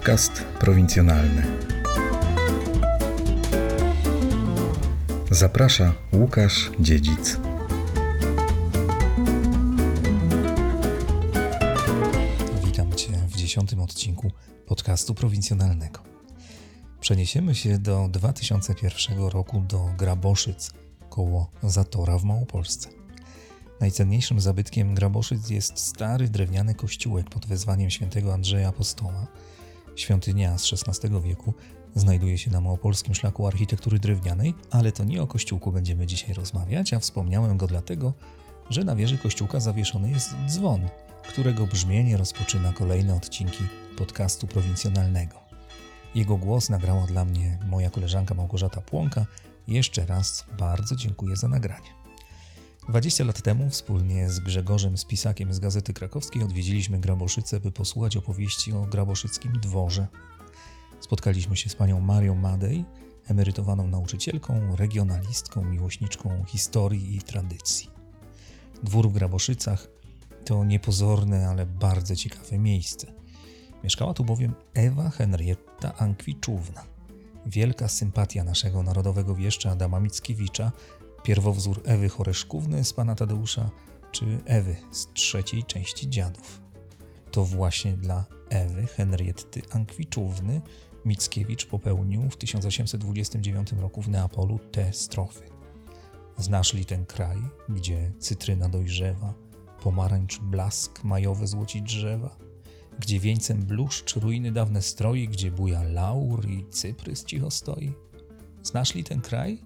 Podcast prowincjonalny. Zaprasza Łukasz Dziedzic. Witam Cię w 10. odcinku podcastu prowincjonalnego. Przeniesiemy się do 2001 roku do Graboszyc koło Zatora w Małopolsce. Najcenniejszym zabytkiem Graboszyc jest stary drewniany kościółek pod wezwaniem świętego Andrzeja Apostoła. Świątynia z XVI wieku znajduje się na małopolskim szlaku architektury drewnianej, ale to nie o kościółku będziemy dzisiaj rozmawiać, a wspomniałem go dlatego, że na wieży kościółka zawieszony jest dzwon, którego brzmienie rozpoczyna kolejne odcinki podcastu prowincjonalnego. Jego głos nagrała dla mnie moja koleżanka Małgorzata Płonka. Jeszcze raz bardzo dziękuję za nagranie. 20 lat temu wspólnie z Grzegorzem Spisakiem z Gazety Krakowskiej odwiedziliśmy Graboszyce, by posłuchać opowieści o graboszyckim dworze. Spotkaliśmy się z panią Marią Madej, emerytowaną nauczycielką, regionalistką, miłośniczką historii i tradycji. Dwór w Graboszycach to niepozorne, ale bardzo ciekawe miejsce. Mieszkała tu bowiem Ewa Henrietta Ankwiczówna. Wielka sympatia naszego narodowego wieszcza Adama Mickiewicza, pierwowzór Ewy Choreszkówny z pana Tadeusza, czy Ewy z trzeciej części Dziadów. To właśnie dla Ewy Henrietty Ankwiczówny Mickiewicz popełnił w 1829 roku w Neapolu te strofy. Znasz li ten kraj, gdzie cytryna dojrzewa, pomarańcz blask, majowe złoci drzewa, gdzie wieńcem bluszcz ruiny dawne stroi, gdzie buja laur i cyprys cicho stoi? Znasz li ten kraj?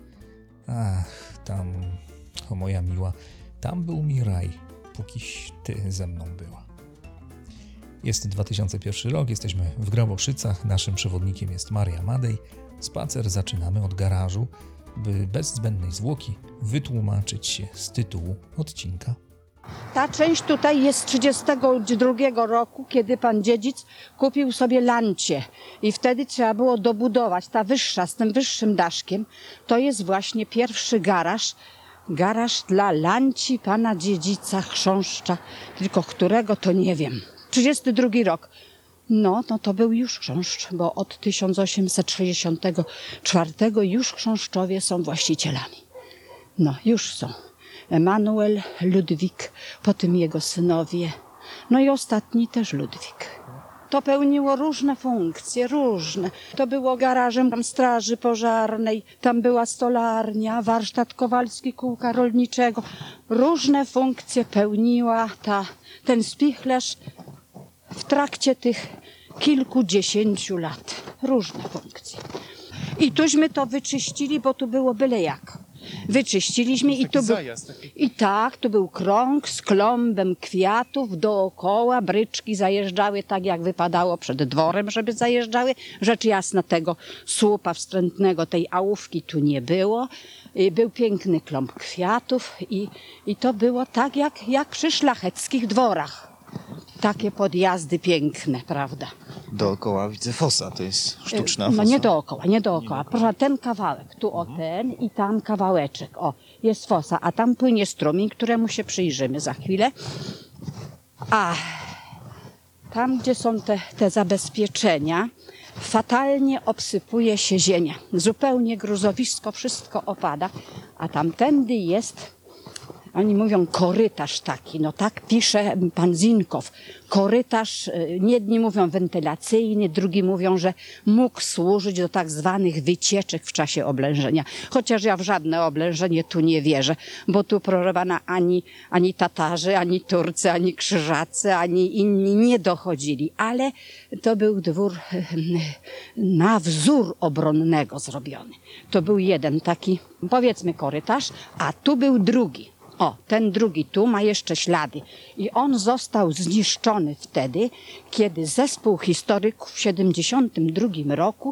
Ach, tam, o moja miła, tam był mi raj, pókiś ty ze mną była. Jest 2001 rok, jesteśmy w Graboszycach, naszym przewodnikiem jest Maria Madej. Spacer zaczynamy od garażu, by bez zbędnej zwłoki wytłumaczyć się z tytułu odcinka. Ta część tutaj jest z 1932 roku, kiedy pan dziedzic kupił sobie lancię i wtedy trzeba było dobudować. Ta wyższa, z tym wyższym daszkiem, to jest właśnie pierwszy garaż dla lanci pana dziedzica chrząszcza, tylko którego to nie wiem. 32 rok. No to był już chrząszcz, bo od 1864 już chrząszczowie są właścicielami. No, już są. Emanuel, Ludwik, potem jego synowie, no i ostatni też Ludwik. To pełniło różne funkcje, różne. To było garażem tam straży pożarnej, tam była stolarnia, warsztat kowalski kółka rolniczego. Różne funkcje pełniła ten spichlerz w trakcie tych kilkudziesięciu lat. Różne funkcje. I tuśmy to wyczyścili, bo tu było byle jak. Wyczyściliśmy tu był krąg z klombem kwiatów dookoła, bryczki zajeżdżały tak jak wypadało przed dworem, żeby zajeżdżały. Rzecz jasna tego słupa wstrętnego, tej ałówki tu nie było. Był piękny klomb kwiatów i to było tak jak przy szlacheckich dworach. Takie podjazdy piękne, prawda? Dookoła widzę fosa, to jest sztuczna fosa. No nie dookoła. Proszę, ten kawałek, tu ten i tam kawałeczek. Jest fosa, a tam płynie strumień, któremu się przyjrzymy za chwilę. A tam, gdzie są te zabezpieczenia, fatalnie obsypuje się ziemia. Zupełnie gruzowisko, wszystko opada, a tamtędy jest... Oni mówią korytarz taki, no tak pisze pan Zinkow. Korytarz, jedni mówią wentylacyjny, drugi mówią, że mógł służyć do tak zwanych wycieczek w czasie oblężenia. Chociaż ja w żadne oblężenie tu nie wierzę, bo tu prorowana ani Tatarzy, ani Turcy, ani Krzyżacy, ani inni nie dochodzili. Ale to był dwór na wzór obronnego zrobiony. To był jeden taki, powiedzmy, korytarz, a tu był drugi. Ten drugi tu ma jeszcze ślady. I on został zniszczony wtedy, kiedy zespół historyków w 1972 roku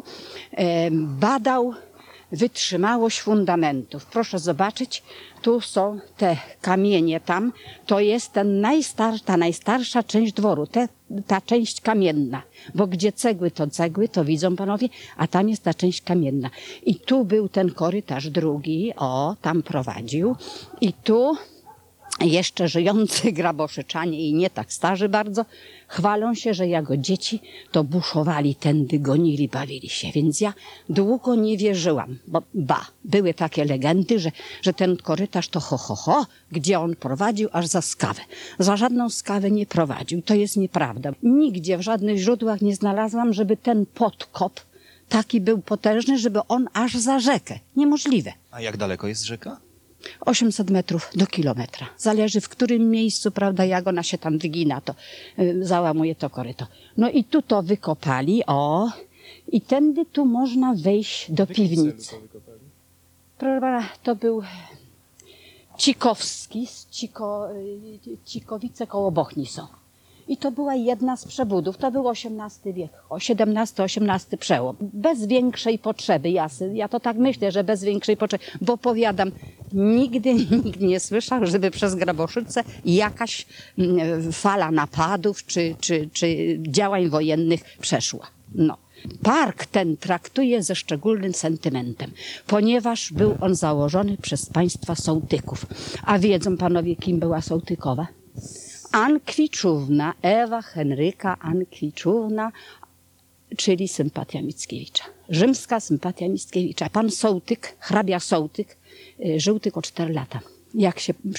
badał wytrzymałość fundamentów. Proszę zobaczyć, tu są te kamienie tam. To jest ta najstarsza część dworu, ta część kamienna. Bo gdzie cegły, to widzą panowie, a tam jest ta część kamienna. I tu był ten korytarz drugi, tam prowadził. I tu jeszcze żyjący Graboszyczanie i nie tak starzy bardzo, chwalą się, że jako dzieci to buszowali tędy, gonili, bawili się. Więc ja długo nie wierzyłam, bo były takie legendy, że ten korytarz to gdzie on prowadził, aż za skawę. Za żadną skawę nie prowadził. To jest nieprawda. Nigdzie w żadnych źródłach nie znalazłam, żeby ten podkop taki był potężny, żeby on aż za rzekę. Niemożliwe. A jak daleko jest rzeka? 800 metrów do kilometra. Zależy w którym miejscu, prawda, jak ona się tam wygina, to załamuje to koryto. No i tu to wykopali, i tędy tu można wejść do piwnicy. Proszę pana, to był Cikowski, Cikowice koło Bochni są. I to była jedna z przebudów. To był XVIII wiek, XVII-XVIII przełom. Bez większej potrzeby, ja to tak myślę, że bez większej potrzeby, bo powiadam, nigdy nikt nie słyszał, żeby przez Graboszyce jakaś fala napadów czy działań wojennych przeszła. No. Park ten traktuję ze szczególnym sentymentem, ponieważ był on założony przez państwa sołtyków. A wiedzą panowie, kim była sołtykowa? Ankwiczówna, Ewa Henryka Ankwiczówna, czyli sympatia Mickiewicza. Rzymska sympatia Mickiewicza. Pan sołtyk, hrabia sołtyk, żył tylko 4 lata. Jak się w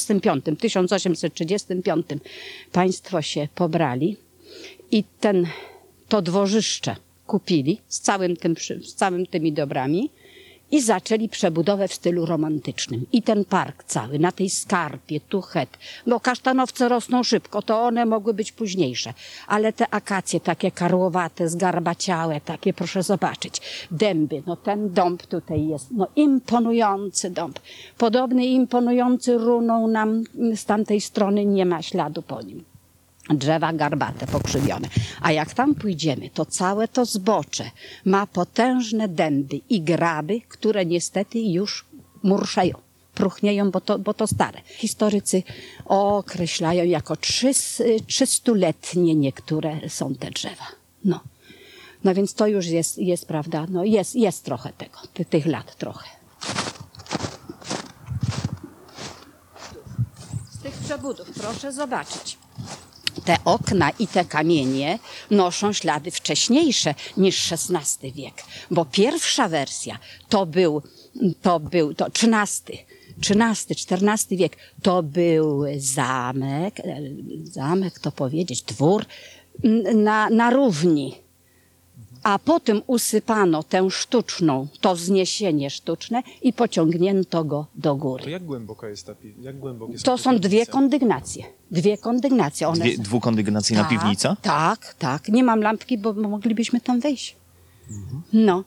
1835 państwo się pobrali i to dworzyszcze kupili z całym tymi dobrami i zaczęli przebudowę w stylu romantycznym. I ten park cały, na tej skarpie, tuchet, bo kasztanowce rosną szybko, to one mogły być późniejsze. Ale te akacje takie karłowate, zgarbaciałe, takie proszę zobaczyć. Dęby, no ten dąb tutaj jest, no imponujący dąb. Podobny imponujący runą nam z tamtej strony nie ma śladu po nim. Drzewa garbate, pokrzywione. A jak tam pójdziemy, to całe to zbocze ma potężne dęby i graby, które niestety już murszeją, próchnieją, bo to stare. Historycy określają jako 300-letnie niektóre są te drzewa. No więc to już jest prawda, no jest trochę tych lat trochę. Z tych przebudów proszę zobaczyć. Te okna i te kamienie noszą ślady wcześniejsze niż XVI wiek, bo pierwsza wersja to był XIII wiek, to był zamek to powiedzieć, dwór na równi. A potem usypano to wzniesienie sztuczne i pociągnięto go do góry. To jak głęboka jest To są dwie kondygnacje. Dwukondygnacyjna piwnica? Tak. Nie mam lampki, bo moglibyśmy tam wejść. No.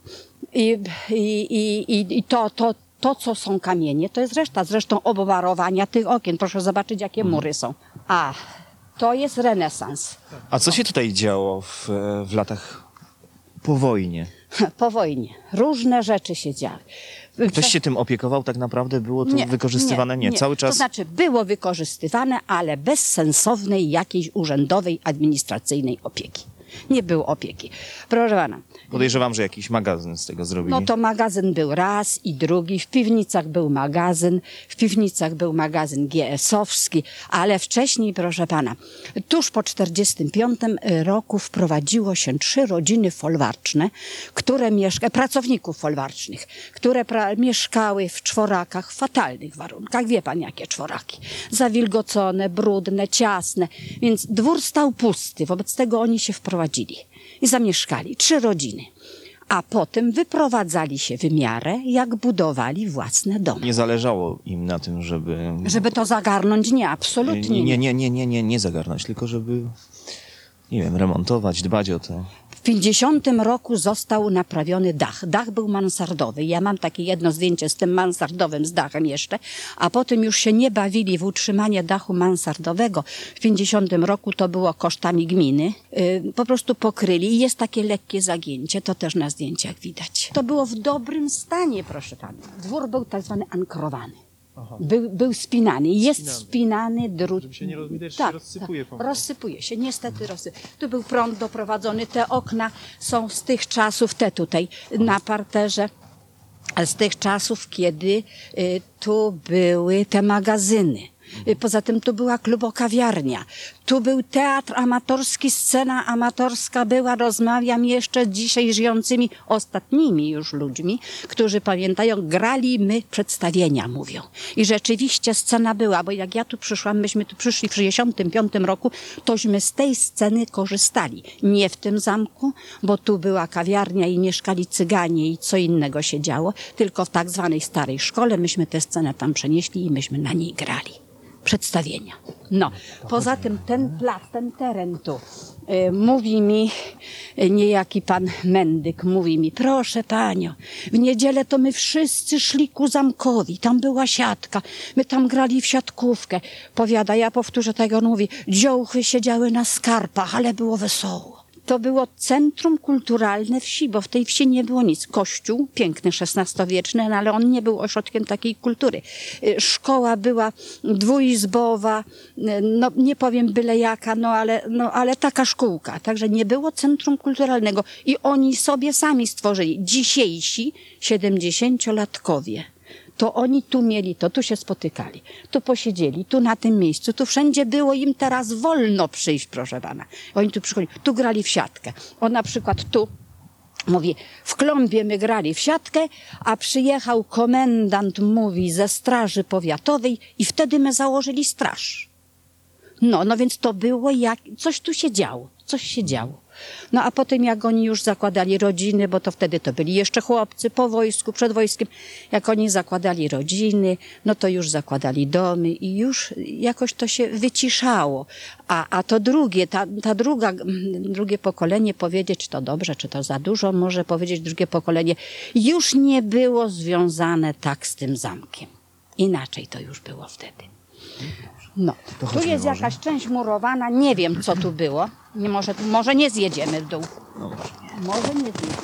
I to, co są kamienie, to jest reszta. Zresztą obwarowania tych okien. Proszę zobaczyć, jakie mury są. To jest renesans. A co się tutaj działo w latach po wojnie? Po wojnie. Różne rzeczy się działy. Ktoś się tym opiekował tak naprawdę? Było to wykorzystywane? Nie, cały czas? To znaczy było wykorzystywane, ale bez sensownej jakiejś urzędowej, administracyjnej opieki. Nie było opieki. Proszę pana. Podejrzewam, że jakiś magazyn z tego zrobili. No to magazyn był raz i drugi. W piwnicach był magazyn GS-owski, ale wcześniej, proszę pana, tuż po 1945 roku wprowadziło się 3 rodziny folwarczne, pracowników folwarcznych, które mieszkały w czworakach w fatalnych warunkach. Wie pan, jakie czworaki? Zawilgocone, brudne, ciasne. Więc dwór stał pusty. Wobec tego oni się wprowadzili i zamieszkali 3 rodziny. A potem wyprowadzali się w miarę, jak budowali własne domy. Nie zależało im na tym, żeby to zagarnąć? Nie, absolutnie nie zagarnąć, tylko żeby, nie wiem, remontować, dbać o to. W 50 roku został naprawiony dach. Dach był mansardowy. Ja mam takie jedno zdjęcie z tym mansardowym, z dachem jeszcze, a potem już się nie bawili w utrzymanie dachu mansardowego. W 50 roku to było kosztami gminy. Po prostu pokryli i jest takie lekkie zagięcie. To też na zdjęciach widać. To było w dobrym stanie, proszę pana. Dwór był tak zwany ankrowany. Był spinany. Jest spinany drut. Żeby się nie widać, się rozsypuje pomału. Rozsypuje się, niestety rozsypuje. Tu był prąd doprowadzony. Te okna są z tych czasów, te tutaj na parterze, z tych czasów, kiedy tu były te magazyny. Poza tym tu była klubokawiarnia. Tu był teatr amatorski, scena amatorska była. Rozmawiam jeszcze dzisiaj żyjącymi, ostatnimi już ludźmi, którzy pamiętają, grali my przedstawienia, mówią. I rzeczywiście scena była, bo jak ja tu przyszłam, myśmy tu przyszli w 65 roku, tośmy z tej sceny korzystali. Nie w tym zamku, bo tu była kawiarnia i mieszkali Cyganie i co innego się działo, tylko w tak zwanej starej szkole. Myśmy tę scenę tam przenieśli i myśmy na niej grali. Przedstawienia. No, poza tym ten plac, ten teren tu, mówi mi niejaki pan Mendyk, mówi mi, proszę panią, w niedzielę to my wszyscy szli ku zamkowi, tam była siatka, my tam grali w siatkówkę. Powiada, ja powtórzę tego, on mówi, dziołchy siedziały na skarpach, ale było wesoło. To było centrum kulturalne wsi, bo w tej wsi nie było nic. Kościół, piękny, XVI-wieczny, no ale on nie był ośrodkiem takiej kultury. Szkoła była dwuizbowa, no nie powiem byle jaka, no ale taka szkółka. Także nie było centrum kulturalnego. I oni sobie sami stworzyli. Dzisiejsi 70-latkowie. To oni tu mieli to, tu się spotykali, tu posiedzieli, tu na tym miejscu, tu wszędzie było im teraz wolno przyjść, proszę pana. Oni tu przychodzili, tu grali w siatkę. On na przykład tu mówi, w Kląbie my grali w siatkę, a przyjechał komendant, mówi, ze straży powiatowej i wtedy my założyli straż. No więc to było jak, coś tu się działo, coś się działo. No a potem jak oni już zakładali rodziny, bo to wtedy to byli jeszcze chłopcy po wojsku, przed wojskiem, jak oni zakładali rodziny, no to już zakładali domy i już jakoś to się wyciszało. A to drugie, drugie pokolenie, powiedzieć, czy to dobrze, czy to za dużo, może powiedzieć drugie pokolenie, już nie było związane tak z tym zamkiem. Inaczej to już było wtedy. No, tu jest jakaś część murowana, nie wiem co tu było. Może nie zjedziemy w dół. Może nie zjedziemy.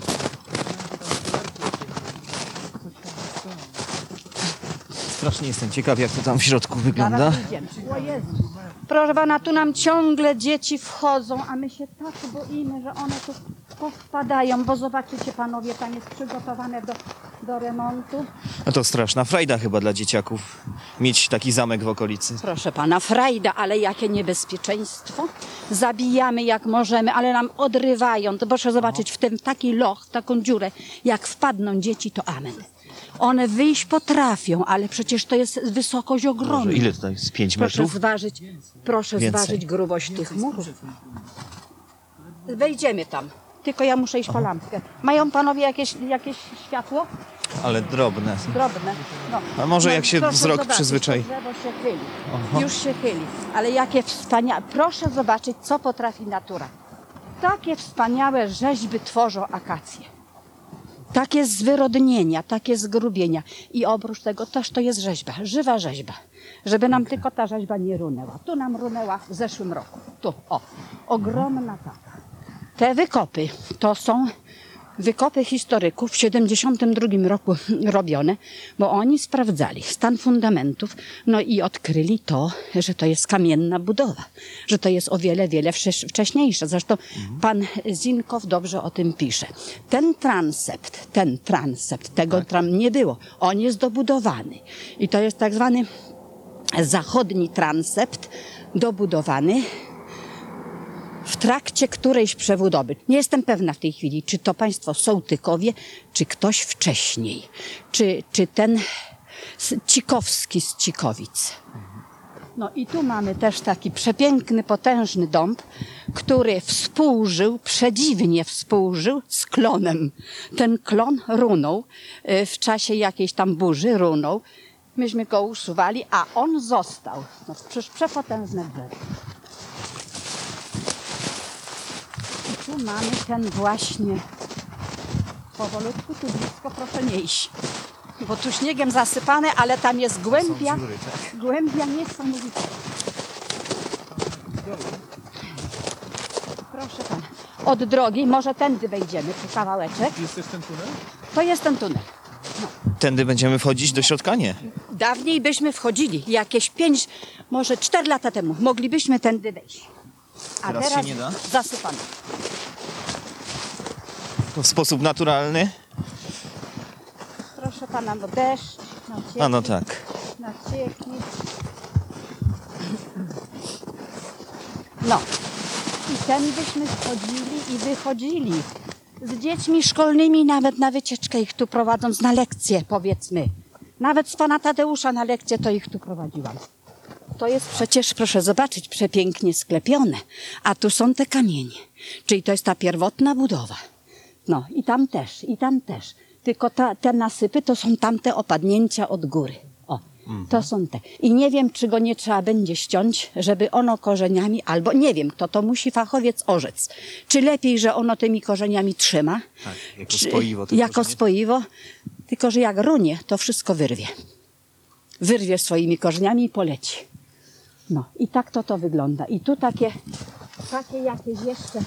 Strasznie jestem ciekaw, jak to tam w środku wygląda. Zaraz idziemy. O Jezu. Proszę pana, tu nam ciągle dzieci wchodzą, a my się tak boimy, że one tu powpadają, bo zobaczycie panowie, tam jest przygotowane do remontu. No to straszna frajda chyba dla dzieciaków mieć taki zamek w okolicy. Proszę pana, frajda, ale jakie niebezpieczeństwo. Zabijamy jak możemy, ale nam odrywają. To proszę zobaczyć, w tym taki loch, w taką dziurę, jak wpadną dzieci, to amen. One wyjść potrafią, ale przecież to jest wysokość ogromna. Może ile tutaj jest? 5 metrów? Proszę zważyć grubość tych murów. Wejdziemy tam. Tylko ja muszę iść po lampkę. Mają panowie jakieś światło? Ale drobne. Drobne. No. A może jak się proszę wzrok zobaczyć, przyzwyczai? to drzewo się chyli. Już się chyli. Ale jakie wspaniałe. Proszę zobaczyć, co potrafi natura. Takie wspaniałe rzeźby tworzą akacje. Takie zwyrodnienia, takie zgrubienia. I oprócz tego też to jest rzeźba, żywa rzeźba. Żeby nam tylko ta rzeźba nie runęła. Tu nam runęła w zeszłym roku. Tu, ogromna taka. Te wykopy to są wykopy historyków w 72 roku robione, bo oni sprawdzali stan fundamentów, no i odkryli to, że to jest kamienna budowa, że to jest o wiele, wiele wcześniejsze. Zresztą pan Zinkow dobrze o tym pisze. Ten transept, tego tam nie było. On jest dobudowany. I to jest tak zwany zachodni transept dobudowany w trakcie którejś przebudowy. Nie jestem pewna w tej chwili, czy to państwo Sołtykowie, czy ktoś wcześniej, czy ten Cikowski z Cikowic. No i tu mamy też taki przepiękny, potężny dąb, który przedziwnie współżył z klonem. Ten klon runął w czasie jakiejś tam burzy, runął. Myśmy go usuwali, a on został. No przecież przepotężne drzewo. Tu mamy ten właśnie, powolutku, tu blisko, proszę nie iść, bo tu śniegiem zasypane, ale tam jest głębia niesamowita. Proszę pana, od drogi, może tędy wejdziemy, czy kawałeczek. Jest też ten tunel? To jest ten tunel. Tędy będziemy wchodzić do środka? Nie. Dawniej byśmy wchodzili, jakieś 5, może 4 lata temu, moglibyśmy tędy wejść. A Teraz teraz się nie da? zasypane. To w sposób naturalny? Proszę pana, bo deszcz, nacieknie. A no tak. Nacieknie. No. I tędyśmy wchodzili i wychodzili. Z dziećmi szkolnymi nawet na wycieczkę ich tu prowadząc, na lekcje powiedzmy. Nawet z pana Tadeusza na lekcję to ich tu prowadziłam. To jest przecież, proszę zobaczyć, przepięknie sklepione. A tu są te kamienie. Czyli to jest ta pierwotna budowa. No i tam też, i tam też. Tylko te nasypy to są tamte opadnięcia od góry. O, to są te. I nie wiem, czy go nie trzeba będzie ściąć, żeby ono korzeniami, albo nie wiem, to musi fachowiec orzec. Czy lepiej, że ono tymi korzeniami trzyma? Tak, jako spoiwo. Jako spoiwo, tylko że jak runie, to wszystko wyrwie. Wyrwie swoimi korzeniami i poleci. No i tak to wygląda. I tu takie jakieś jeszcze,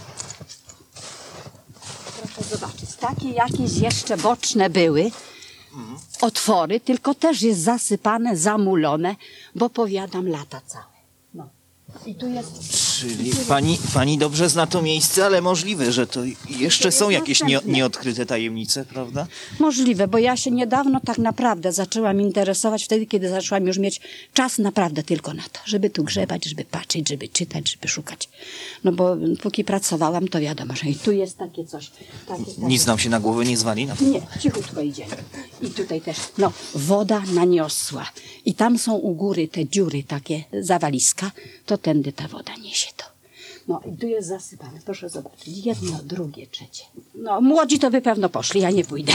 proszę zobaczyć, takie jakieś jeszcze boczne były otwory, tylko też jest zasypane, zamulone, bo powiadam lata całe. No. I tu jest... Czyli pani dobrze zna to miejsce, ale możliwe, że to jeszcze są jakieś nieodkryte tajemnice, prawda? Możliwe, bo ja się niedawno tak naprawdę zaczęłam interesować wtedy, kiedy zaczęłam już mieć czas naprawdę tylko na to, żeby tu grzebać, żeby patrzeć, żeby czytać, żeby szukać. No bo póki pracowałam, to wiadomo, że i tu jest takie coś. Takie. Nic nam się na głowę nie zwali? Nie, cichutko idziemy. I tutaj też, no, woda naniosła. I tam są u góry te dziury, takie zawaliska, to tędy ta woda niesie to. No i tu jest zasypane, proszę zobaczyć. Jedno, drugie, trzecie. No młodzi to by pewno poszli, ja nie pójdę.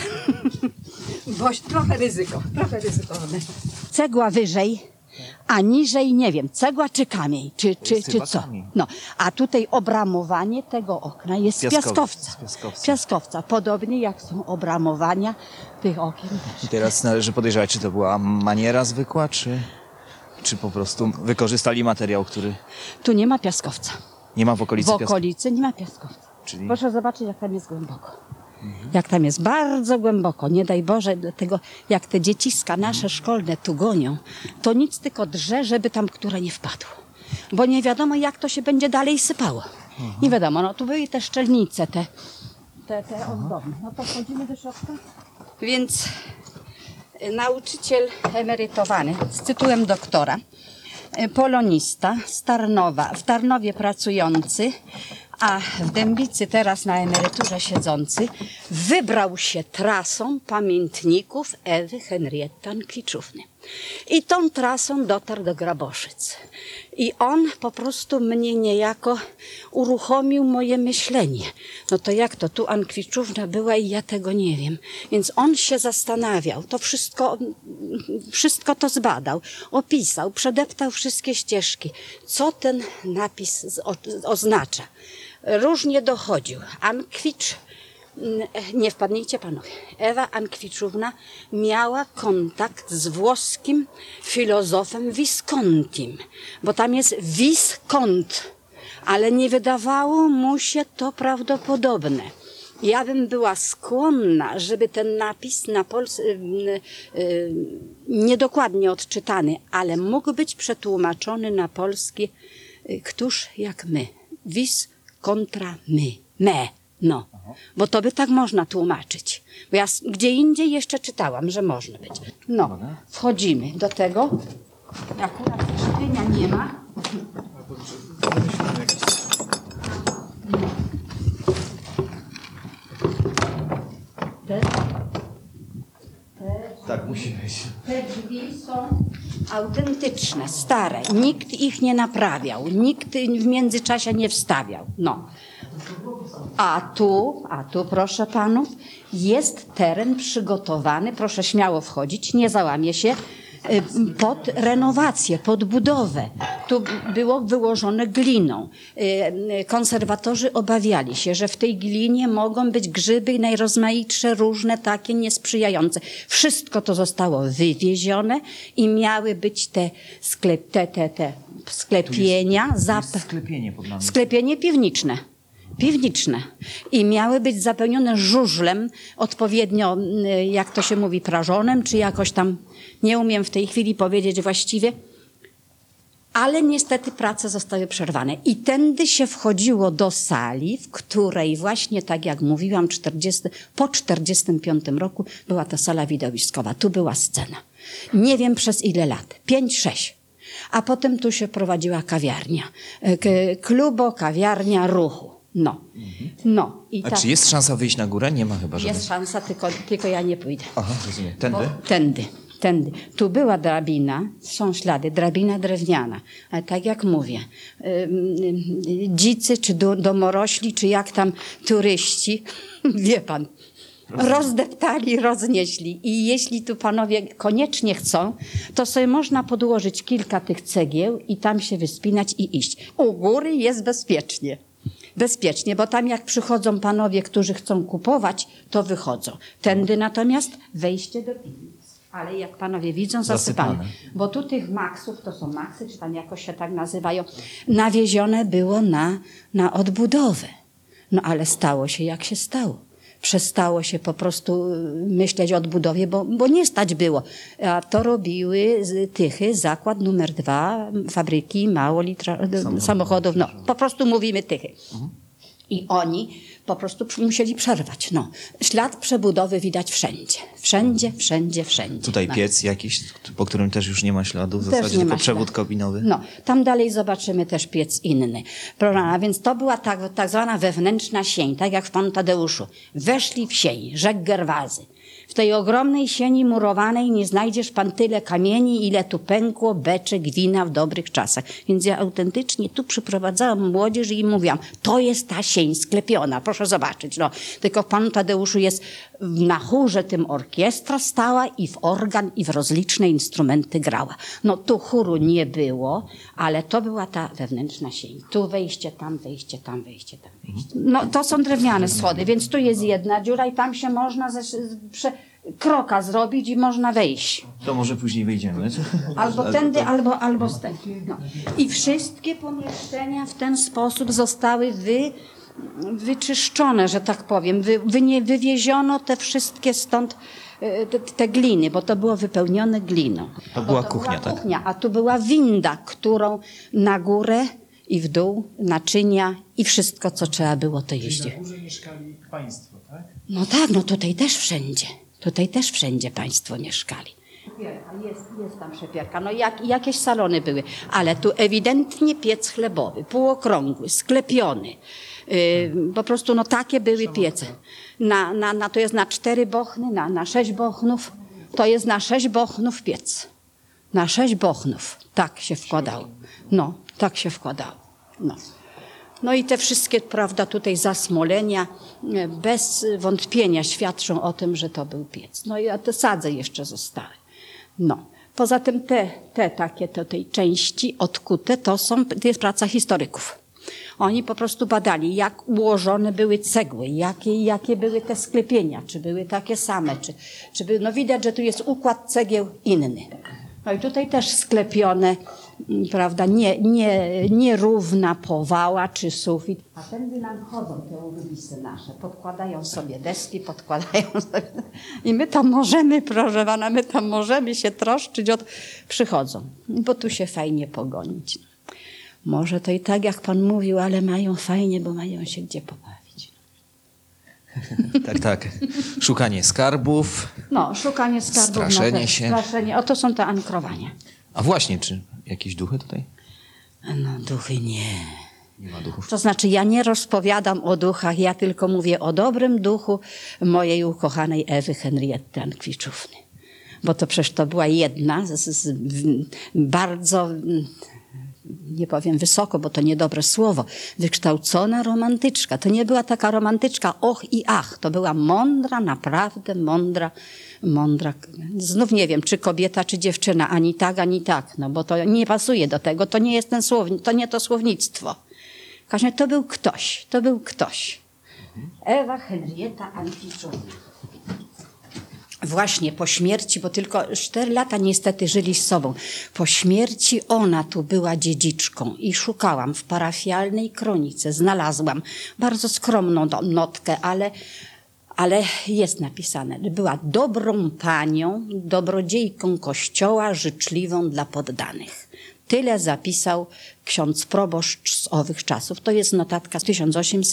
Bo trochę ryzykowne. Cegła wyżej, a niżej nie wiem, cegła czy kamień, czy co. Kamień. No, a tutaj obramowanie tego okna jest z piaskowca. Piaskowca. Podobnie jak są obramowania tych okien też. I teraz należy podejrzewać, czy to była maniera zwykła, czy po prostu wykorzystali materiał, który Tu nie ma piaskowca. nie ma w okolicy W okolicy nie ma piaskowca. Czyli- Proszę zobaczyć, jak tam jest głęboko. Jak tam jest bardzo głęboko. Nie daj Boże, dlatego jak te dzieciska nasze szkolne tu gonią, to nic tylko drze, żeby tam które nie wpadło. Bo nie wiadomo, jak to się będzie dalej sypało. Nie wiadomo, no tu były te szczelnice, te ozdobne. No to wchodzimy do środka. Więc nauczyciel emerytowany z tytułem doktora, polonista z Tarnowa, w Tarnowie pracujący, a w Dębicy teraz na emeryturze siedzący, wybrał się trasą pamiętników Ewy Henrietty Ankwiczówny. I tą trasą dotarł do Graboszyc. I on po prostu mnie niejako uruchomił moje myślenie. No to jak to? Tu Ankwiczówna była i ja tego nie wiem. Więc on się zastanawiał. To wszystko to zbadał. Opisał, przedeptał wszystkie ścieżki. Co ten napis oznacza? Różnie dochodził. Ankwicz, nie wpadnijcie panowie, Ewa Ankwiczówna miała kontakt z włoskim filozofem Viscontim, bo tam jest Viscont, ale nie wydawało mu się to prawdopodobne. Ja bym była skłonna, żeby ten napis na niedokładnie odczytany, ale mógł być przetłumaczony na polski, któż jak my. Wis kontra my. Me. No. Bo to by tak można tłumaczyć. Bo ja gdzie indziej jeszcze czytałam, że można być. No. Wchodzimy do tego. Akurat skrzypienia nie ma. Tak, musi być. Te drzwi są autentyczne, stare. Nikt ich nie naprawiał. Nikt w międzyczasie nie wstawiał. No. A tu, proszę panów, jest teren przygotowany, proszę śmiało wchodzić, nie załamie się, pod renowację, pod budowę. Tu było wyłożone gliną. Konserwatorzy obawiali się, że w tej glinie mogą być grzyby i najrozmaitsze, różne takie niesprzyjające. Wszystko to zostało wywiezione i miały być te sklepienia. Sklepienie pod nami. Sklepienie piwniczne. I miały być zapełnione żużlem, odpowiednio, jak to się mówi, prażonem, czy jakoś tam, nie umiem w tej chwili powiedzieć właściwie, ale niestety prace zostały przerwane. I tędy się wchodziło do sali, w której właśnie, tak jak mówiłam, po 1945 roku była ta sala widowiskowa. Tu była scena. Nie wiem przez ile lat. 5-6. A potem tu się prowadziła kawiarnia. Klubo, kawiarnia ruchu. No. I A czy jest szansa wyjść na górę? Nie ma chyba żadnej. jest szansa, tylko ja nie pójdę. Aha, rozumiem. Tędy? Tędy. Tu była drabina, są ślady, drabina drewniana. Ale tak jak mówię, dzicy, czy domorośli, czy jak tam turyści, wie pan, rozdeptali, roznieśli. I jeśli tu panowie koniecznie chcą, to sobie można podłożyć kilka tych cegieł i tam się wyspinać i iść. U góry jest bezpiecznie. Bezpiecznie, bo tam jak przychodzą panowie, którzy chcą kupować, to wychodzą. Tędy natomiast wejście do piwnic. Ale jak panowie widzą, zasypane. Bo tu tych maksów, to są maksy, czy tam jakoś się tak nazywają, nawiezione było na odbudowę. No ale stało się jak się stało. Przestało się po prostu myśleć o odbudowie, bo nie stać było. A to robiły Tychy, zakład numer 2, fabryki samochodów. No, po prostu mówimy Tychy. I oni po prostu musieli przerwać. No. Ślad przebudowy widać wszędzie. Wszędzie. Tutaj piec jakiś, po którym też już nie ma śladu, w Też zasadzie nie tylko ma przewód śladu. kabinowy. No, tam dalej zobaczymy też piec inny. A więc to była tak zwana wewnętrzna sień, tak jak w Panu Tadeuszu. Weszli w sień, rzek Gerwazy. W tej ogromnej sieni murowanej nie znajdziesz pan tyle kamieni, ile tu pękło beczek wina w dobrych czasach. Więc ja autentycznie tu przyprowadzałam młodzież i im mówiłam, to jest ta sień sklepiona, proszę zobaczyć. No, tylko w Panu Tadeuszu jest na chórze tym orkiestra stała i w organ i w rozliczne instrumenty grała. No tu chóru nie było, ale to była ta wewnętrzna sień. Tu wejście, tam wejście. No to są drewniane schody, więc tu jest jedna dziura i tam się można kroka zrobić i można wejść. To może później wyjdziemy. Albo tędy, albo stędy. No. I wszystkie pomieszczenia w ten sposób zostały wyczyszczone, że tak powiem. Wywieziono te wszystkie stąd te gliny, bo to było wypełnione gliną. To była kuchnia, tak? A tu była winda, którą na górę i w dół, naczynia i wszystko, co trzeba było, to jeździ. Na górze mieszkali państwo, tak? No tak, no tutaj też wszędzie. Tutaj też wszędzie państwo mieszkali. Jest tam szepierka. No jakieś salony były, ale tu ewidentnie piec chlebowy, półokrągły, sklepiony. Po prostu no takie były piece. To jest na 4 bochny, na 6 bochnów. To jest na 6 bochnów piec. Na 6 bochnów. Tak się wkładało. No, tak się wkładało. No i te wszystkie, prawda, tutaj zasmolenia bez wątpienia świadczą o tym, że to był piec. No i te sadze jeszcze zostały. No. Poza tym te takie tej części odkute to jest praca historyków. Oni po prostu badali, jak ułożone były cegły, jakie były te sklepienia, czy były takie same, czy były, no widać, że tu jest układ cegieł inny. No i tutaj też sklepione, prawda, nierówna powała czy sufit. A tędy nam chodzą te ulisy nasze, podkładają sobie deski, i my tam możemy, proszę pana, się troszczyć przychodzą, bo tu się fajnie pogonić. Może to i tak, jak pan mówił, ale mają fajnie, bo mają się gdzie pobawić. Tak. Szukanie skarbów. No, szukanie skarbów. Straszenie się. Straszenie. Oto są te ankrowania. A właśnie, czy jakieś duchy tutaj? No, duchy nie. Nie ma duchów. To znaczy, ja nie rozpowiadam o duchach, ja tylko mówię o dobrym duchu mojej ukochanej Ewy Henrietty Ankwiczówny. Bo to przecież to była jedna z bardzo, nie powiem wysoko, bo to niedobre słowo, wykształcona romantyczka. To nie była taka romantyczka och i ach. To była mądra, naprawdę mądra. Znów nie wiem, czy kobieta, czy dziewczyna. Ani tak, no bo to nie pasuje do tego. To nie jest to nie to słownictwo. W każdym razie to był ktoś. Ewa Henrietta Ankwiczówna. Właśnie po śmierci, bo tylko 4 lata niestety żyli z sobą. Po śmierci ona tu była dziedziczką i szukałam w parafialnej kronice. Znalazłam bardzo skromną notkę, ale jest napisane. Była dobrą panią, dobrodziejką kościoła, życzliwą dla poddanych. Tyle zapisał ksiądz proboszcz z owych czasów. To jest notatka z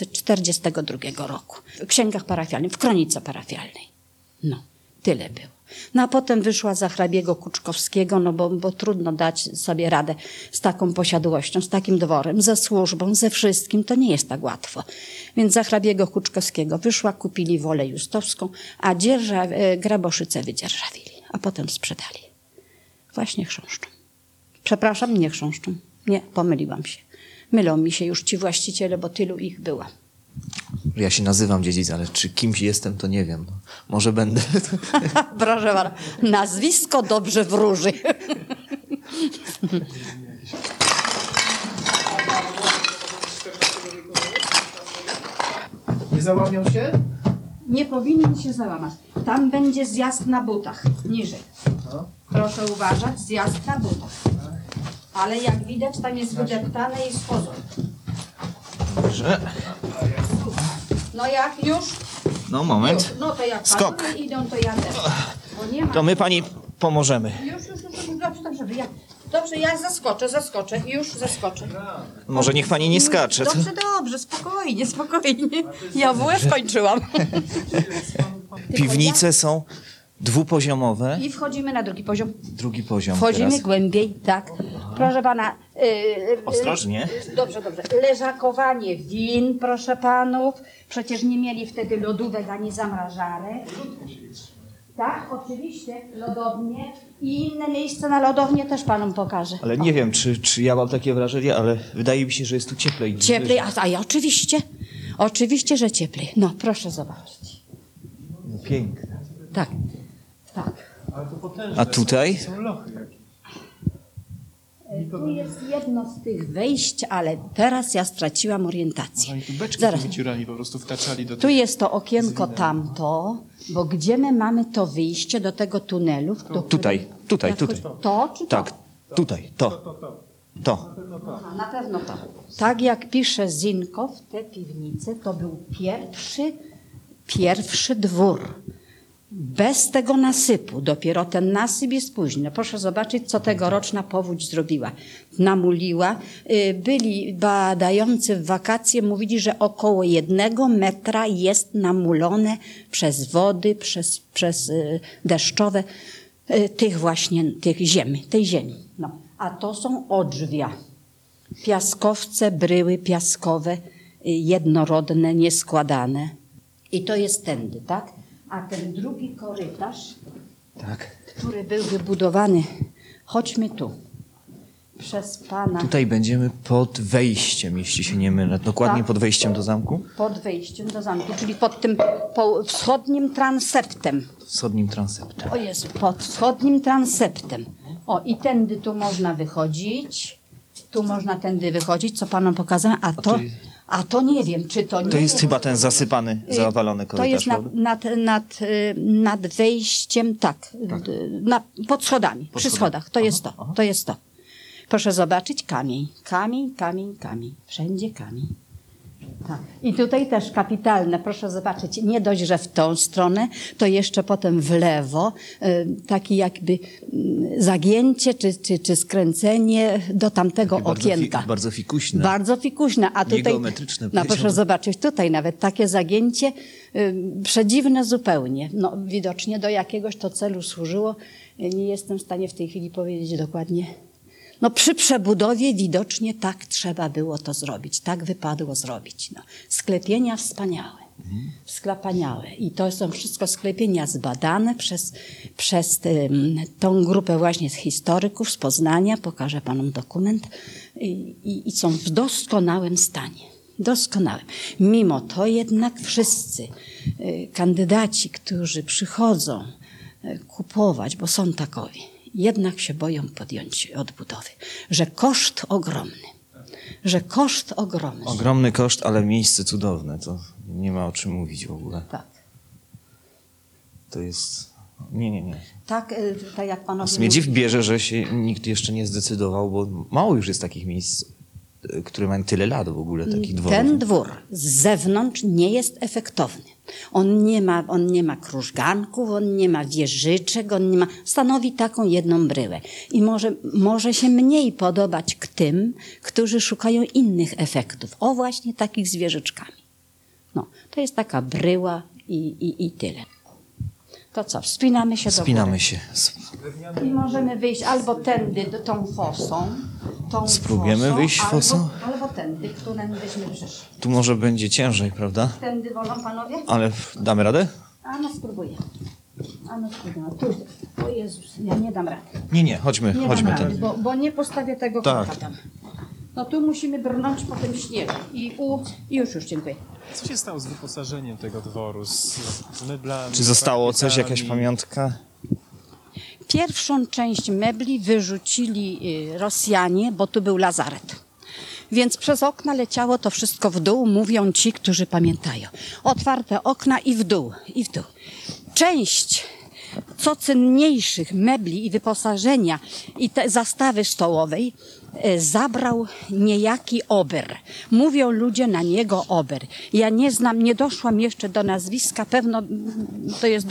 1842 roku. W księgach parafialnych, w kronice parafialnej. No. Tyle było. No a potem wyszła za hrabiego Kuczkowskiego, no bo trudno dać sobie radę z taką posiadłością, z takim dworem, ze służbą, ze wszystkim, to nie jest tak łatwo. Więc za hrabiego Kuczkowskiego wyszła, kupili Wolę Justowską, a Graboszyce wydzierżawili, a potem sprzedali. Właśnie chrząszczą. Przepraszam, nie chrząszczą. Nie, pomyliłam się. Mylą mi się już ci właściciele, bo tylu ich było. Ja się nazywam dziedzic, ale czy kimś jestem, to nie wiem. No, może będę. Proszę pana, nazwisko dobrze wróży. Nie załamią się? Nie powinien się załamać. Tam będzie zjazd na butach, niżej. Proszę uważać, zjazd na butach. Ale jak widać, tam jest wydeptane i schodzą. Dobrze. No jak już? No moment. No to jak Skok. panowie idą, to ja też. Bo nie ma. To my pani pomożemy. Już, dobrze, ja zaskoczę, już zaskoczę. Może niech pani nie skacze. To... Dobrze, spokojnie. Ja WF kończyłam. Piwnice są dwupoziomowe. I wchodzimy na drugi poziom. Drugi poziom Wchodzimy teraz. głębiej, tak. Proszę pana. Ostrożnie. Dobrze. Leżakowanie win, proszę panów. Przecież nie mieli wtedy lodówek ani zamrażarek. Tak, oczywiście, lodownie. I inne miejsce na lodownię też panom pokażę. Ale nie wiem, czy ja mam takie wrażenie, ale wydaje mi się, że jest tu cieplej. niż Cieplej, wyżej. a ja oczywiście, że cieplej. No, proszę zobaczyć. No, piękne. Tak. Ale to potężne. A tutaj? Są lochy jakieś. Tu jest jedno z tych wejść, ale teraz ja straciłam orientację. Oni tu beczki Zaraz. tymi dziurami po prostu wtaczali do Tu tych... jest to okienko tamto, bo gdzie my mamy to wyjście do tego tunelu? Tutaj. To czy to? Tak, tutaj, to. Aha, na pewno to. Tak jak pisze Zinkow, te piwnice to był pierwszy dwór. Bez tego nasypu. Dopiero ten nasyp jest późny. Proszę zobaczyć, co tegoroczna powódź zrobiła. Namuliła. Byli badający w wakacje, mówili, że około 1 metra jest namulone przez wody, przez deszczowe tej ziemi. No. A to są odrzwia. Piaskowce, bryły piaskowe, jednorodne, nieskładane. I to jest tędy, tak? A ten drugi korytarz, Tak. który był wybudowany, chodźmy tu, przez pana... Tutaj będziemy pod wejściem, jeśli się nie mylę. Dokładnie Tak. pod wejściem do zamku? Pod wejściem do zamku, czyli pod tym wschodnim transeptem. Wschodnim transeptem. O jest, pod wschodnim transeptem. O, i tędy tu można wychodzić. Tu można tędy wychodzić, co panom pokazałem. A to nie wiem, czy to nie To jest chyba ten zasypany, zawalony To korytarz, jest prawda? nad wejściem, tak, pod schodami, przy schodach. To jest to. Proszę zobaczyć, kamień. Wszędzie kamień. Tak. I tutaj też kapitalne, proszę zobaczyć, nie dość, że w tą stronę, to jeszcze potem w lewo, taki jakby zagięcie czy skręcenie do tamtego Takie okienka. bardzo fikuśne. Bardzo fikuśne, a tutaj, Niegeometryczne, no proszę powiedziałbym. zobaczyć, tutaj nawet takie zagięcie, przedziwne zupełnie. No widocznie do jakiegoś to celu służyło. Nie jestem w stanie w tej chwili powiedzieć dokładnie. No przy przebudowie widocznie tak trzeba było to zrobić, tak wypadło zrobić. No. Sklepienia wspaniałe, wspaniałe. I to są wszystko sklepienia zbadane przez tą grupę właśnie z historyków z Poznania. Pokażę panom dokument. I są w doskonałym stanie. Doskonałym. Mimo to jednak wszyscy kandydaci, którzy przychodzą kupować, bo są takowi, jednak się boją podjąć odbudowy. Że koszt ogromny. Ogromny koszt, ale miejsce cudowne. To nie ma o czym mówić w ogóle. Tak. To jest... Nie. Tak jak panowie Mnie dziw mówili. bierze, że się nikt jeszcze nie zdecydował, bo mało już jest takich miejsc, które mają tyle lat w ogóle, takich dworów. Ten dwór z zewnątrz nie jest efektowny. On nie ma krużganków, on nie ma wieżyczek, stanowi taką jedną bryłę. I może się mniej podobać tym, którzy szukają innych efektów. O właśnie takich z wieżyczkami. No, to jest taka bryła i tyle. To co, wspinamy się do Wspinamy góry. się. I możemy wyjść albo tędy, tą fosą. Spróbujemy fosą, wyjść fosą? Albo tędy, którym byśmy przyszli. Tu może będzie ciężej, prawda? Tędy wolą panowie? Ale damy radę? A no spróbuję. Tu. O Jezus, ja nie dam rady. Nie, chodźmy Dam rady, tędy. bo nie postawię tego Tak. kocha tam. No tu musimy brnąć po tym śniegu. I już, dziękuję. Co się stało z wyposażeniem tego dworu, z meblami? Czy zostało z coś, jakaś parkietami? pamiątka? Pierwszą część mebli wyrzucili Rosjanie, bo tu był lazaret. Więc przez okna leciało to wszystko w dół, mówią ci, którzy pamiętają. Otwarte okna i w dół, i w dół. Część co cenniejszych mebli i wyposażenia i te zastawy stołowej zabrał niejaki Ober. Mówią ludzie na niego Ober. Ja nie znam, nie doszłam jeszcze do nazwiska, pewno to jest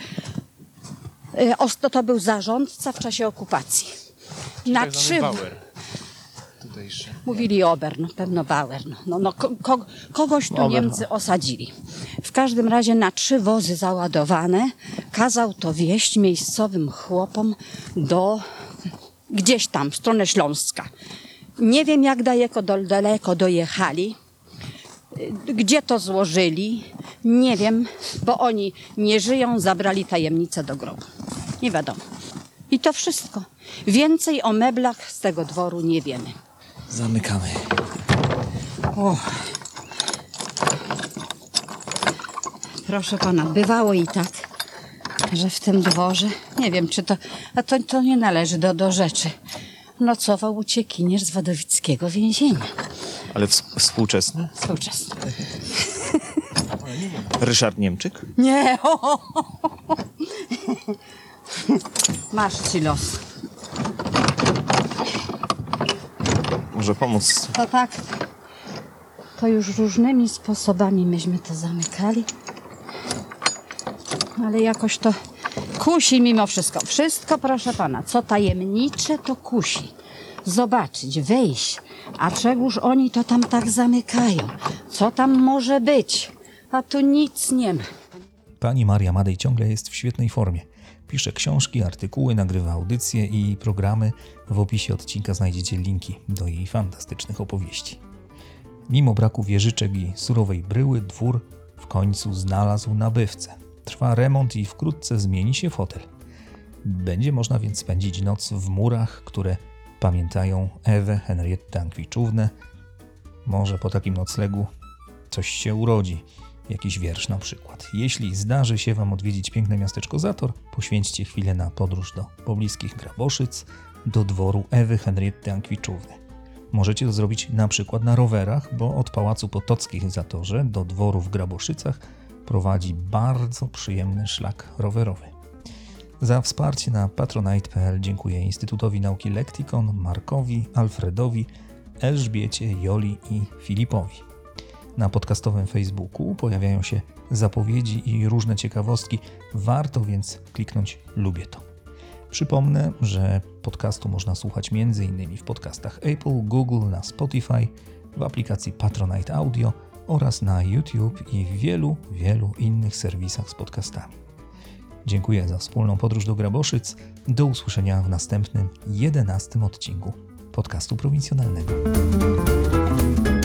to był zarządca w czasie okupacji. Na Tak zwany 3 Bauer tutejszy. Mówili Ober, no pewno Bauer. Kogoś tu Ober. Niemcy osadzili. W każdym razie na 3 wozy załadowane kazał to wieść miejscowym chłopom gdzieś tam, w stronę Śląska. Nie wiem, jak daleko dojechali, gdzie to złożyli, nie wiem, bo oni nie żyją, zabrali tajemnicę do grobu. Nie wiadomo. I to wszystko. Więcej o meblach z tego dworu nie wiemy. Zamykamy. Proszę pana, bywało i tak, że w tym dworze, nie wiem czy to nie należy do rzeczy, nocował uciekinierz z wadowickiego więzienia. Ale współczesny? Współczesny. Ryszard Niemczyk? Nie! Masz ci los. Może pomóc. To tak, to już różnymi sposobami myśmy to zamykali. Ale jakoś to kusi mimo wszystko. Wszystko, proszę pana, co tajemnicze, to kusi. Zobaczyć, wejść. A czegóż oni to tam tak zamykają? Co tam może być? A tu nic nie ma. Pani Maria Madej ciągle jest w świetnej formie. Pisze książki, artykuły, nagrywa audycje i programy. W opisie odcinka znajdziecie linki do jej fantastycznych opowieści. Mimo braku wieżyczek i surowej bryły, dwór w końcu znalazł nabywcę. Trwa remont i wkrótce zmieni się fotel. Będzie można więc spędzić noc w murach, które pamiętają Ewę Henrietę Ankwiczównę. Może po takim noclegu coś się urodzi. Jakiś wiersz na przykład. Jeśli zdarzy się wam odwiedzić piękne miasteczko Zator, poświęćcie chwilę na podróż do pobliskich Graboszyc, do dworu Ewy Henrietty Ankwiczówny. Możecie to zrobić na przykład na rowerach, bo od Pałacu Potockich w Zatorze do dworu w Graboszycach prowadzi bardzo przyjemny szlak rowerowy. Za wsparcie na patronite.pl dziękuję Instytutowi Nauki Lektikon, Markowi, Alfredowi, Elżbiecie, Joli i Filipowi. Na podcastowym Facebooku pojawiają się zapowiedzi i różne ciekawostki. Warto więc kliknąć lubię to. Przypomnę, że podcastu można słuchać m.in. w podcastach Apple, Google, na Spotify, w aplikacji Patronite Audio oraz na YouTube i w wielu, wielu innych serwisach z podcastami. Dziękuję za wspólną podróż do Graboszyc. Do usłyszenia w następnym 11. odcinku podcastu prowincjonalnego.